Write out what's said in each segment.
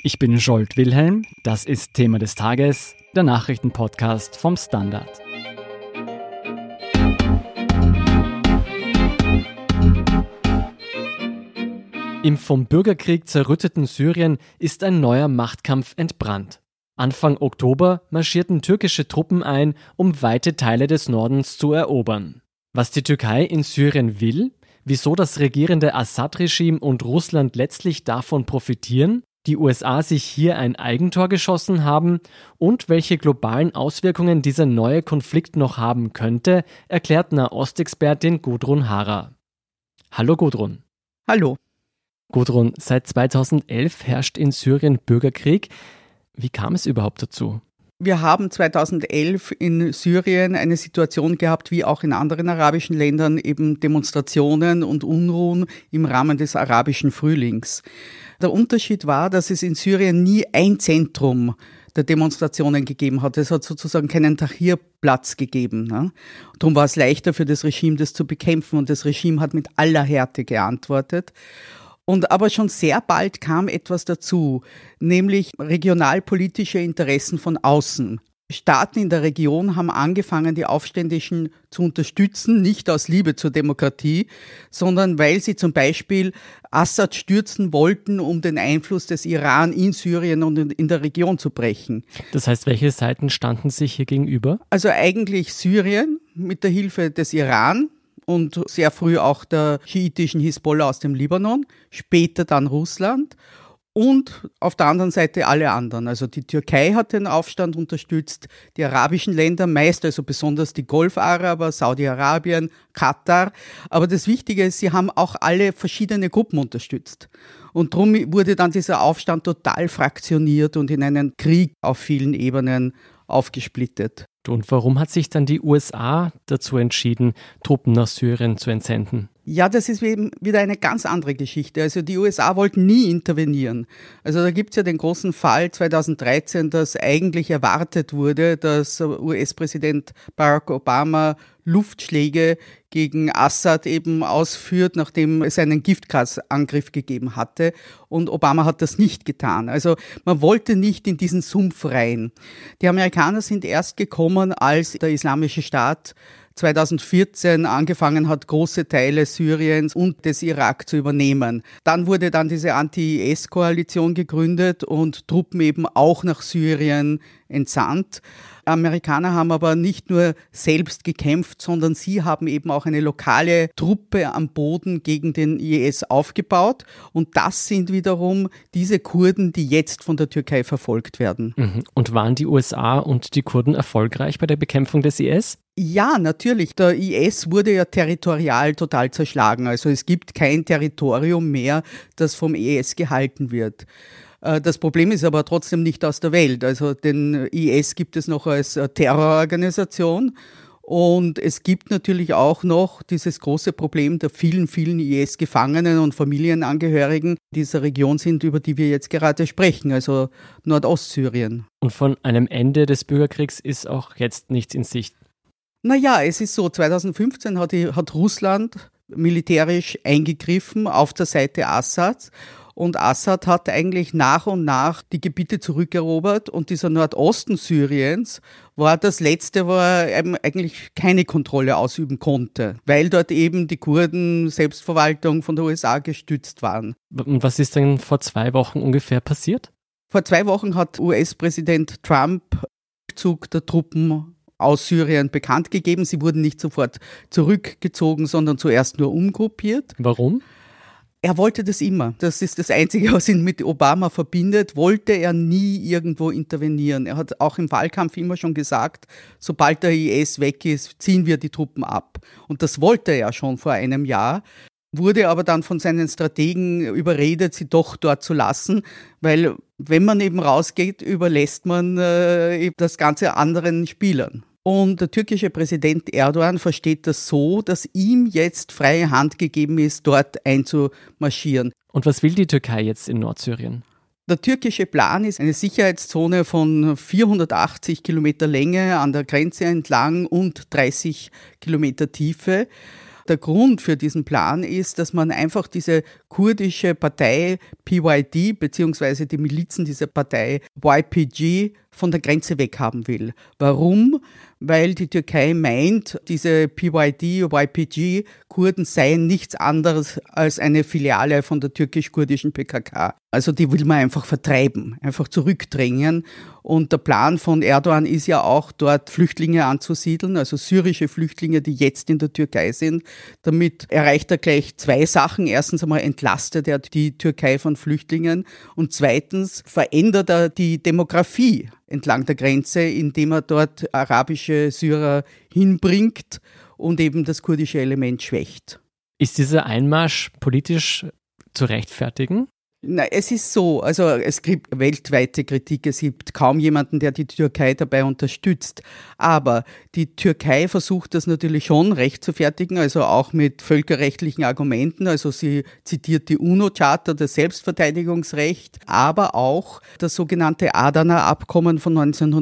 Ich bin Scholt Wilhelm, das ist Thema des Tages, der Nachrichtenpodcast vom Standard. Im vom Bürgerkrieg zerrütteten Syrien ist ein neuer Machtkampf entbrannt. Anfang Oktober marschierten türkische Truppen ein, um weite Teile des Nordens zu erobern. Was die Türkei in Syrien will, wieso das regierende Assad-Regime und Russland letztlich davon profitieren, die USA sich hier ein Eigentor geschossen haben und welche globalen Auswirkungen dieser neue Konflikt noch haben könnte, erklärt Nahostexpertin Gudrun Harrer. Hallo Gudrun. Hallo. Gudrun, seit 2011 herrscht in Syrien Bürgerkrieg. Wie kam es überhaupt dazu? Wir haben 2011 in Syrien eine Situation gehabt, wie auch in anderen arabischen Ländern, eben Demonstrationen und Unruhen im Rahmen des arabischen Frühlings. Der Unterschied war, dass es in Syrien nie ein Zentrum der Demonstrationen gegeben hat. Es hat sozusagen keinen Tahrir-Platz gegeben. Ne? Darum war es leichter für das Regime, das zu bekämpfen, und das Regime hat mit aller Härte geantwortet. Aber schon sehr bald kam etwas dazu, nämlich regionalpolitische Interessen von außen. Staaten in der Region haben angefangen, die Aufständischen zu unterstützen, nicht aus Liebe zur Demokratie, sondern weil sie zum Beispiel Assad stürzen wollten, um den Einfluss des Iran in Syrien und in der Region zu brechen. Das heißt, welche Seiten standen sich hier gegenüber? Also eigentlich Syrien mit der Hilfe des Iran und sehr früh auch der schiitischen Hisbollah aus dem Libanon, später dann Russland. Und auf der anderen Seite alle anderen. Also die Türkei hat den Aufstand unterstützt, die arabischen Länder meist, also besonders die Golfaraber, Saudi-Arabien, Katar. Aber das Wichtige ist, sie haben auch alle verschiedene Gruppen unterstützt. Und darum wurde dann dieser Aufstand total fraktioniert und in einen Krieg auf vielen Ebenen aufgesplittet. Und warum hat sich dann die USA dazu entschieden, Truppen nach Syrien zu entsenden? Ja, das ist eben wieder eine ganz andere Geschichte. Also die USA wollten nie intervenieren. Also da gibt's ja den großen Fall 2013, dass eigentlich erwartet wurde, dass US-Präsident Barack Obama Luftschläge gegen Assad eben ausführt, nachdem es einen Giftgasangriff gegeben hatte. Und Obama hat das nicht getan. Also man wollte nicht in diesen Sumpf rein. Die Amerikaner sind erst gekommen, als der Islamische Staat 2014 angefangen hat, große Teile Syriens und des Irak zu übernehmen. Dann wurde dann diese Anti-IS-Koalition gegründet und Truppen eben auch nach Syrien entsandt. Amerikaner haben aber nicht nur selbst gekämpft, sondern sie haben eben auch eine lokale Truppe am Boden gegen den IS aufgebaut. Und das sind wiederum diese Kurden, die jetzt von der Türkei verfolgt werden. Und waren die USA und die Kurden erfolgreich bei der Bekämpfung des IS? Ja, natürlich. Der IS wurde ja territorial total zerschlagen. Also es gibt kein Territorium mehr, das vom IS gehalten wird. Das Problem ist aber trotzdem nicht aus der Welt. Also den IS gibt es noch als Terrororganisation. Und es gibt natürlich auch noch dieses große Problem der vielen, vielen IS-Gefangenen und Familienangehörigen dieser Region sind, über die wir jetzt gerade sprechen, also Nordostsyrien. Und von einem Ende des Bürgerkriegs ist auch jetzt nichts in Sicht. Naja, es ist so, 2015 hat Russland militärisch eingegriffen auf der Seite Assads. Und Assad hat eigentlich nach und nach die Gebiete zurückerobert und dieser Nordosten Syriens war das letzte, wo er eigentlich keine Kontrolle ausüben konnte, weil dort eben die Kurden Selbstverwaltung von der USA gestützt waren. Und was ist denn vor 2 Wochen ungefähr passiert? Vor 2 Wochen hat US-Präsident Trump den Rückzug der Truppen aus Syrien bekannt gegeben. Sie wurden nicht sofort zurückgezogen, sondern zuerst nur umgruppiert. Warum? Er wollte das immer. Das ist das Einzige, was ihn mit Obama verbindet. Wollte er nie irgendwo intervenieren. Er hat auch im Wahlkampf immer schon gesagt, sobald der IS weg ist, ziehen wir die Truppen ab. Und das wollte er schon vor einem Jahr, wurde aber dann von seinen Strategen überredet, sie doch dort zu lassen, weil wenn man eben rausgeht, überlässt man eben das Ganze anderen Spielern. Und der türkische Präsident Erdogan versteht das so, dass ihm jetzt freie Hand gegeben ist, dort einzumarschieren. Und was will die Türkei jetzt in Nordsyrien? Der türkische Plan ist eine Sicherheitszone von 480 Kilometer Länge an der Grenze entlang und 30 Kilometer Tiefe. Der Grund für diesen Plan ist, dass man einfach diese kurdische Partei PYD beziehungsweise die Milizen dieser Partei YPG von der Grenze weghaben will. Warum? Weil die Türkei meint, diese PYD, YPG-Kurden seien nichts anderes als eine Filiale von der türkisch-kurdischen PKK. Also die will man einfach vertreiben, einfach zurückdrängen. Und der Plan von Erdogan ist ja auch, dort Flüchtlinge anzusiedeln, also syrische Flüchtlinge, die jetzt in der Türkei sind. Damit erreicht er gleich zwei Sachen. Erstens einmal entlastet er die Türkei von Flüchtlingen und zweitens verändert er die Demografie entlang der Grenze, indem er dort arabische Syrer hinbringt und eben das kurdische Element schwächt. Ist dieser Einmarsch politisch zu rechtfertigen? Na, es ist so, also es gibt weltweite Kritik, es gibt kaum jemanden, der die Türkei dabei unterstützt. Aber die Türkei versucht das natürlich schon rechtfertigen, also auch mit völkerrechtlichen Argumenten. Also sie zitiert die UNO-Charta, das Selbstverteidigungsrecht, aber auch das sogenannte Adana-Abkommen von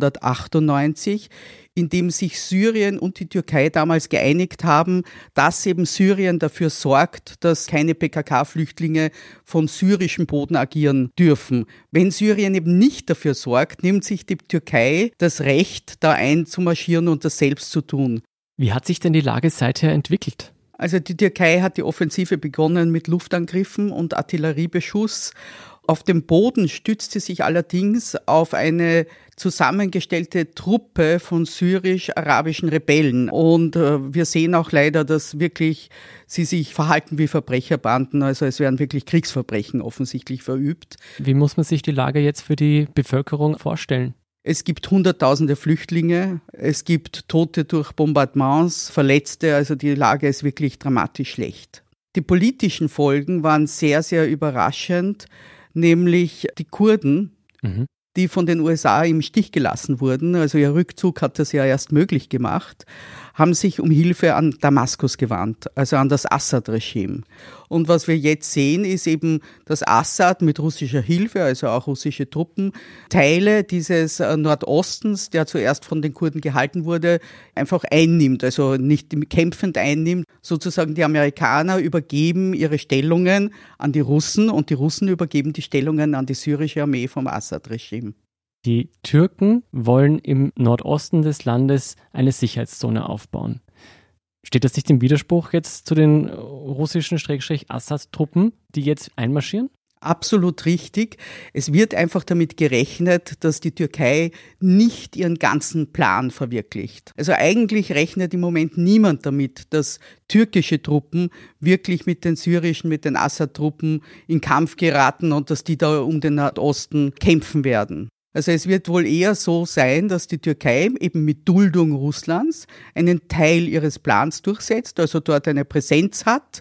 1998, in dem sich Syrien und die Türkei damals geeinigt haben, dass eben Syrien dafür sorgt, dass keine PKK-Flüchtlinge von syrischem Boden agieren dürfen. Wenn Syrien eben nicht dafür sorgt, nimmt sich die Türkei das Recht, da einzumarschieren und das selbst zu tun. Wie hat sich denn die Lage seither entwickelt? Also die Türkei hat die Offensive begonnen mit Luftangriffen und Artilleriebeschuss. Auf dem Boden stützt sie sich allerdings auf eine zusammengestellte Truppe von syrisch-arabischen Rebellen. Und wir sehen auch leider, dass wirklich sie sich verhalten wie Verbrecherbanden. Also es werden wirklich Kriegsverbrechen offensichtlich verübt. Wie muss man sich die Lage jetzt für die Bevölkerung vorstellen? Es gibt Hunderttausende Flüchtlinge, es gibt Tote durch Bombardements, Verletzte, also die Lage ist wirklich dramatisch schlecht. Die politischen Folgen waren sehr, sehr überraschend, nämlich die Kurden, die von den USA im Stich gelassen wurden, also ihr Rückzug hat das ja erst möglich gemacht, haben sich um Hilfe an Damaskus gewandt, also an das Assad-Regime. Und was wir jetzt sehen, ist eben, dass Assad mit russischer Hilfe, also auch russische Truppen, Teile dieses Nordostens, der zuerst von den Kurden gehalten wurde, einfach einnimmt, also nicht kämpfend einnimmt. Sozusagen die Amerikaner übergeben ihre Stellungen an die Russen und die Russen übergeben die Stellungen an die syrische Armee vom Assad-Regime. Die Türken wollen im Nordosten des Landes eine Sicherheitszone aufbauen. Steht das nicht im Widerspruch jetzt zu den russischen Assad-Truppen, die jetzt einmarschieren? Absolut richtig. Es wird einfach damit gerechnet, dass die Türkei nicht ihren ganzen Plan verwirklicht. Also eigentlich rechnet im Moment niemand damit, dass türkische Truppen wirklich mit den syrischen, mit den Assad-Truppen in Kampf geraten und dass die da um den Nordosten kämpfen werden. Also es wird wohl eher so sein, dass die Türkei eben mit Duldung Russlands einen Teil ihres Plans durchsetzt, also dort eine Präsenz hat,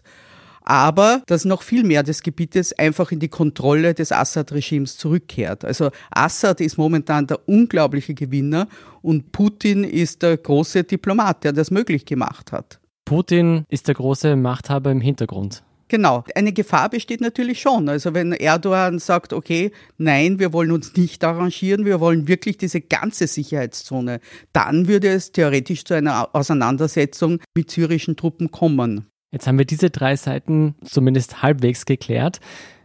aber dass noch viel mehr des Gebietes einfach in die Kontrolle des Assad-Regimes zurückkehrt. Also Assad ist momentan der unglaubliche Gewinner und Putin ist der große Diplomat, der das möglich gemacht hat. Putin ist der große Machthaber im Hintergrund. Genau. Eine Gefahr besteht natürlich schon. Also wenn Erdogan sagt, okay, nein, wir wollen uns nicht arrangieren, wir wollen wirklich diese ganze Sicherheitszone, dann würde es theoretisch zu einer Auseinandersetzung mit syrischen Truppen kommen. Jetzt haben wir diese drei Seiten zumindest halbwegs geklärt.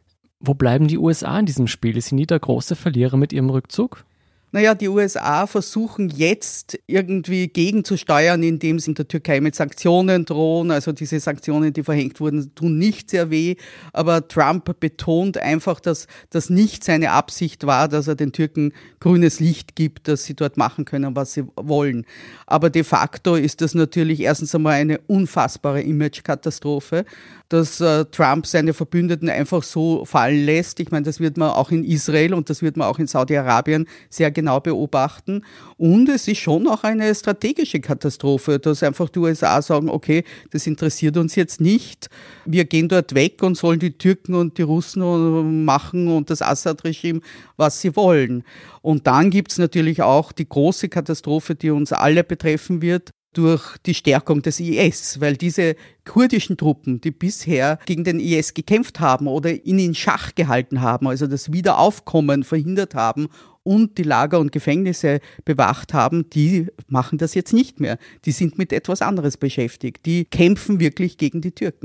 Wo bleiben die USA in diesem Spiel? Sind die der große Verlierer mit ihrem Rückzug? Naja, die USA versuchen jetzt irgendwie gegenzusteuern, indem sie in der Türkei mit Sanktionen drohen. Also diese Sanktionen, die verhängt wurden, tun nicht sehr weh. Aber Trump betont einfach, dass das nicht seine Absicht war, dass er den Türken grünes Licht gibt, dass sie dort machen können, was sie wollen. Aber de facto ist das natürlich erstens einmal eine unfassbare Imagekatastrophe, dass Trump seine Verbündeten einfach so fallen lässt. Ich meine, das wird man auch in Israel und das wird man auch in Saudi-Arabien sehr genau beobachten. Und es ist schon auch eine strategische Katastrophe, dass einfach die USA sagen, okay, das interessiert uns jetzt nicht. Wir gehen dort weg und sollen die Türken und die Russen machen und das Assad-Regime, was sie wollen. Und dann gibt es natürlich auch die große Katastrophe, die uns alle betreffen wird, durch die Stärkung des IS, weil diese kurdischen Truppen, die bisher gegen den IS gekämpft haben oder ihn in Schach gehalten haben, also das Wiederaufkommen verhindert haben und die Lager und Gefängnisse bewacht haben, die machen das jetzt nicht mehr. Die sind mit etwas anderes beschäftigt. Die kämpfen wirklich gegen die Türken.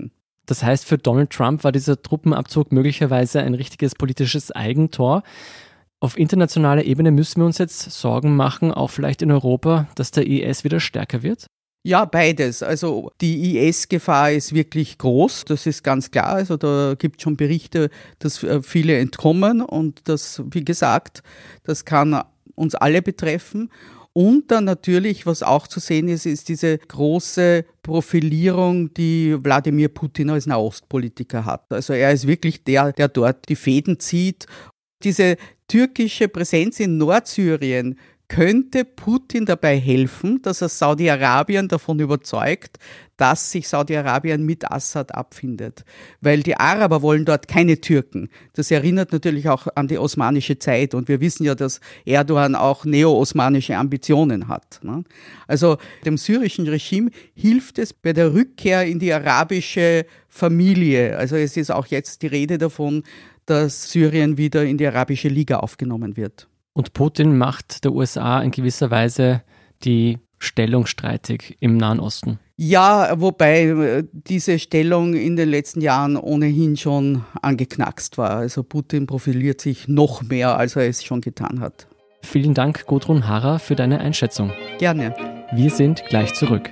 Das heißt, für Donald Trump war dieser Truppenabzug möglicherweise ein richtiges politisches Eigentor. Auf internationaler Ebene müssen wir uns jetzt Sorgen machen, auch vielleicht in Europa, dass der IS wieder stärker wird? Ja, beides. Also die IS-Gefahr ist wirklich groß, das ist ganz klar. Also da gibt es schon Berichte, dass viele entkommen und das, wie gesagt, das kann uns alle betreffen. Und dann natürlich, was auch zu sehen ist, ist diese große Profilierung, die Wladimir Putin als Nahostpolitiker hat. Also er ist wirklich der dort die Fäden zieht. Diese türkische Präsenz in Nordsyrien könnte Putin dabei helfen, dass er Saudi-Arabien davon überzeugt, dass sich Saudi-Arabien mit Assad abfindet. Weil die Araber wollen dort keine Türken. Das erinnert natürlich auch an die osmanische Zeit. Und wir wissen ja, dass Erdogan auch neo-osmanische Ambitionen hat. Also dem syrischen Regime hilft es bei der Rückkehr in die arabische Familie. Also es ist auch jetzt die Rede davon, dass Syrien wieder in die Arabische Liga aufgenommen wird. Und Putin macht der USA in gewisser Weise die Stellung streitig im Nahen Osten. Ja, wobei diese Stellung in den letzten Jahren ohnehin schon angeknackst war. Also Putin profiliert sich noch mehr, als er es schon getan hat. Vielen Dank, Gudrun Harrer, für deine Einschätzung. Gerne. Wir sind gleich zurück.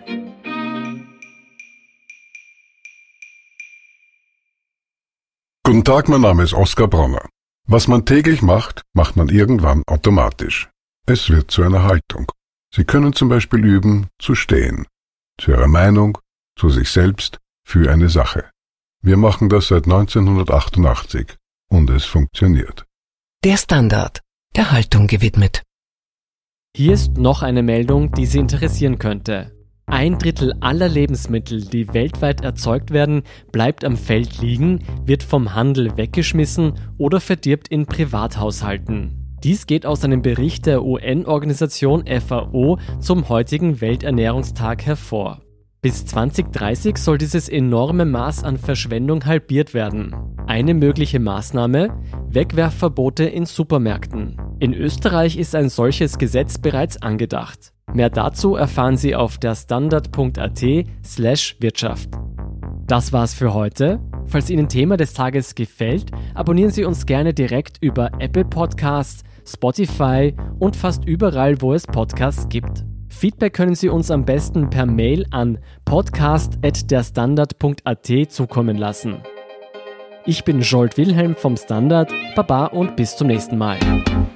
Guten Tag, mein Name ist Oskar Bronner. Was man täglich macht, macht man irgendwann automatisch. Es wird zu einer Haltung. Sie können zum Beispiel üben, zu stehen. Zu Ihrer Meinung, zu sich selbst, für eine Sache. Wir machen das seit 1988 und es funktioniert. Der Standard, der Haltung gewidmet. Hier ist noch eine Meldung, die Sie interessieren könnte. 1/3 aller Lebensmittel, die weltweit erzeugt werden, bleibt am Feld liegen, wird vom Handel weggeschmissen oder verdirbt in Privathaushalten. Dies geht aus einem Bericht der UN-Organisation FAO zum heutigen Welternährungstag hervor. Bis 2030 soll dieses enorme Maß an Verschwendung halbiert werden. Eine mögliche Maßnahme: Wegwerfverbote in Supermärkten. In Österreich ist ein solches Gesetz bereits angedacht. Mehr dazu erfahren Sie auf derstandard.at/Wirtschaft. Das war's für heute. Falls Ihnen Thema des Tages gefällt, abonnieren Sie uns gerne direkt über Apple Podcasts, Spotify und fast überall, wo es Podcasts gibt. Feedback können Sie uns am besten per Mail an podcast@derstandard.at zukommen lassen. Ich bin Jolt Wilhelm vom Standard. Baba und bis zum nächsten Mal.